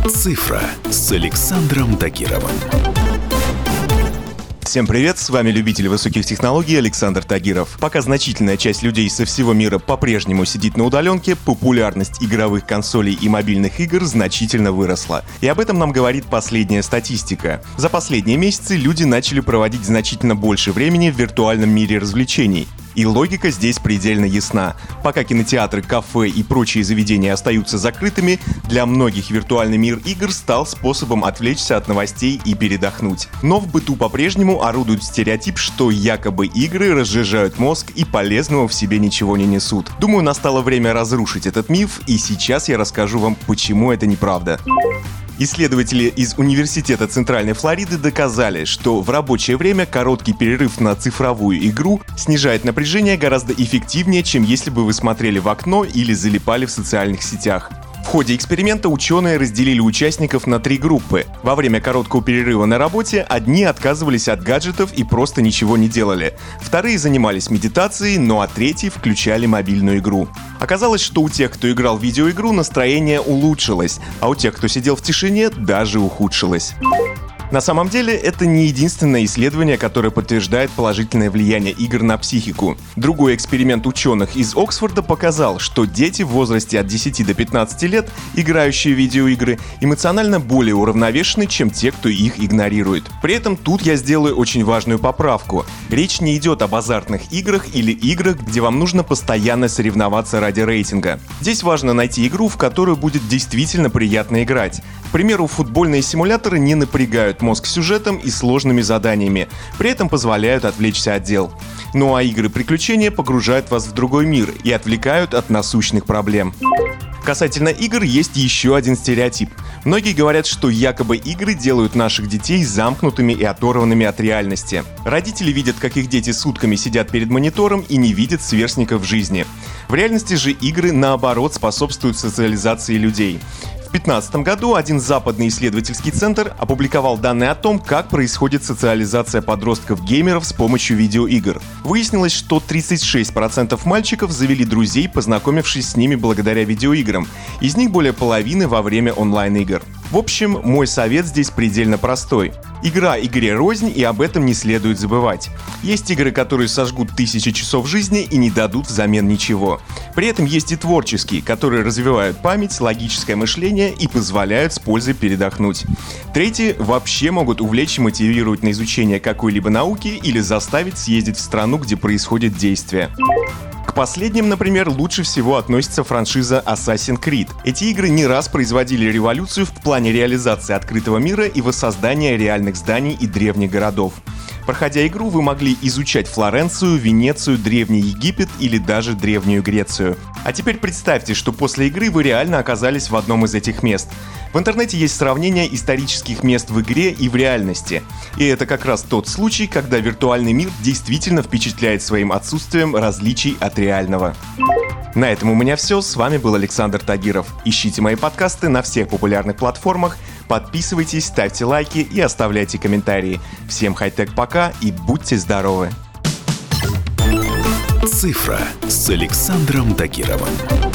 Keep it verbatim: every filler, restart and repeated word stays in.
Цифра с Александром Тагировым. Всем привет, с вами любитель высоких технологий Александр Тагиров. Пока значительная часть людей со всего мира по-прежнему сидит на удаленке, популярность игровых консолей и мобильных игр значительно выросла. И об этом нам говорит последняя статистика. За последние месяцы люди начали проводить значительно больше времени в виртуальном мире развлечений. И логика здесь предельно ясна. Пока кинотеатры, кафе и прочие заведения остаются закрытыми, для многих виртуальный мир игр стал способом отвлечься от новостей и передохнуть. Но в быту по-прежнему орудует стереотип, что якобы игры разжижают мозг и полезного в себе ничего не несут. Думаю, настало время разрушить этот миф, и сейчас я расскажу вам, почему это неправда. Исследователи из Университета Центральной Флориды доказали, что в рабочее время короткий перерыв на цифровую игру снижает напряжение гораздо эффективнее, чем если бы вы смотрели в окно или залипали в социальных сетях. В ходе эксперимента ученые разделили участников на три группы. Во время короткого перерыва на работе одни отказывались от гаджетов и просто ничего не делали. Вторые занимались медитацией, ну а третьи включали мобильную игру. Оказалось, что у тех, кто играл в видеоигру, настроение улучшилось, а у тех, кто сидел в тишине, даже ухудшилось. На самом деле, это не единственное исследование, которое подтверждает положительное влияние игр на психику. Другой эксперимент ученых из Оксфорда показал, что дети в возрасте от десяти до пятнадцати лет, играющие в видеоигры, эмоционально более уравновешены, чем те, кто их игнорирует. При этом тут я сделаю очень важную поправку. Речь не идет об азартных играх или играх, где вам нужно постоянно соревноваться ради рейтинга. Здесь важно найти игру, в которую будет действительно приятно играть. К примеру, футбольные симуляторы не напрягают мозг сюжетом и сложными заданиями, при этом позволяют отвлечься от дел. Ну а игры приключения погружают вас в другой мир и отвлекают от насущных проблем. Касательно игр есть еще один стереотип. Многие говорят, что якобы игры делают наших детей замкнутыми и оторванными от реальности. Родители видят, как их дети сутками сидят перед монитором и не видят сверстников в жизни. В реальности же игры, наоборот, способствуют социализации людей. В две тысячи пятнадцатом году один западный исследовательский центр опубликовал данные о том, как происходит социализация подростков-геймеров с помощью видеоигр. Выяснилось, что тридцать шесть процентов мальчиков завели друзей, познакомившись с ними благодаря видеоиграм. Из них более половины во время онлайн-игр. В общем, мой совет здесь предельно простой. Игра игре рознь, и об этом не следует забывать. Есть игры, которые сожгут тысячи часов жизни и не дадут взамен ничего. При этом есть и творческие, которые развивают память, логическое мышление и позволяют с пользой передохнуть. Третьи вообще могут увлечь и мотивировать на изучение какой-либо науки или заставить съездить в страну, где происходит действие. К последним, например, лучше всего относится франшиза Assassin's Creed. Эти игры не раз производили революцию в плане реализации открытого мира и воссоздания реальных зданий и древних городов. Проходя игру, вы могли изучать Флоренцию, Венецию, Древний Египет или даже Древнюю Грецию. А теперь представьте, что после игры вы реально оказались в одном из этих мест. В интернете есть сравнение исторических мест в игре и в реальности. И это как раз тот случай, когда виртуальный мир действительно впечатляет своим отсутствием различий от реального. На этом у меня все. С вами был Александр Тагиров. Ищите мои подкасты на всех популярных платформах. Подписывайтесь, ставьте лайки и оставляйте комментарии. Всем хай-тек пока и будьте здоровы! Цифра с Александром Тагировым.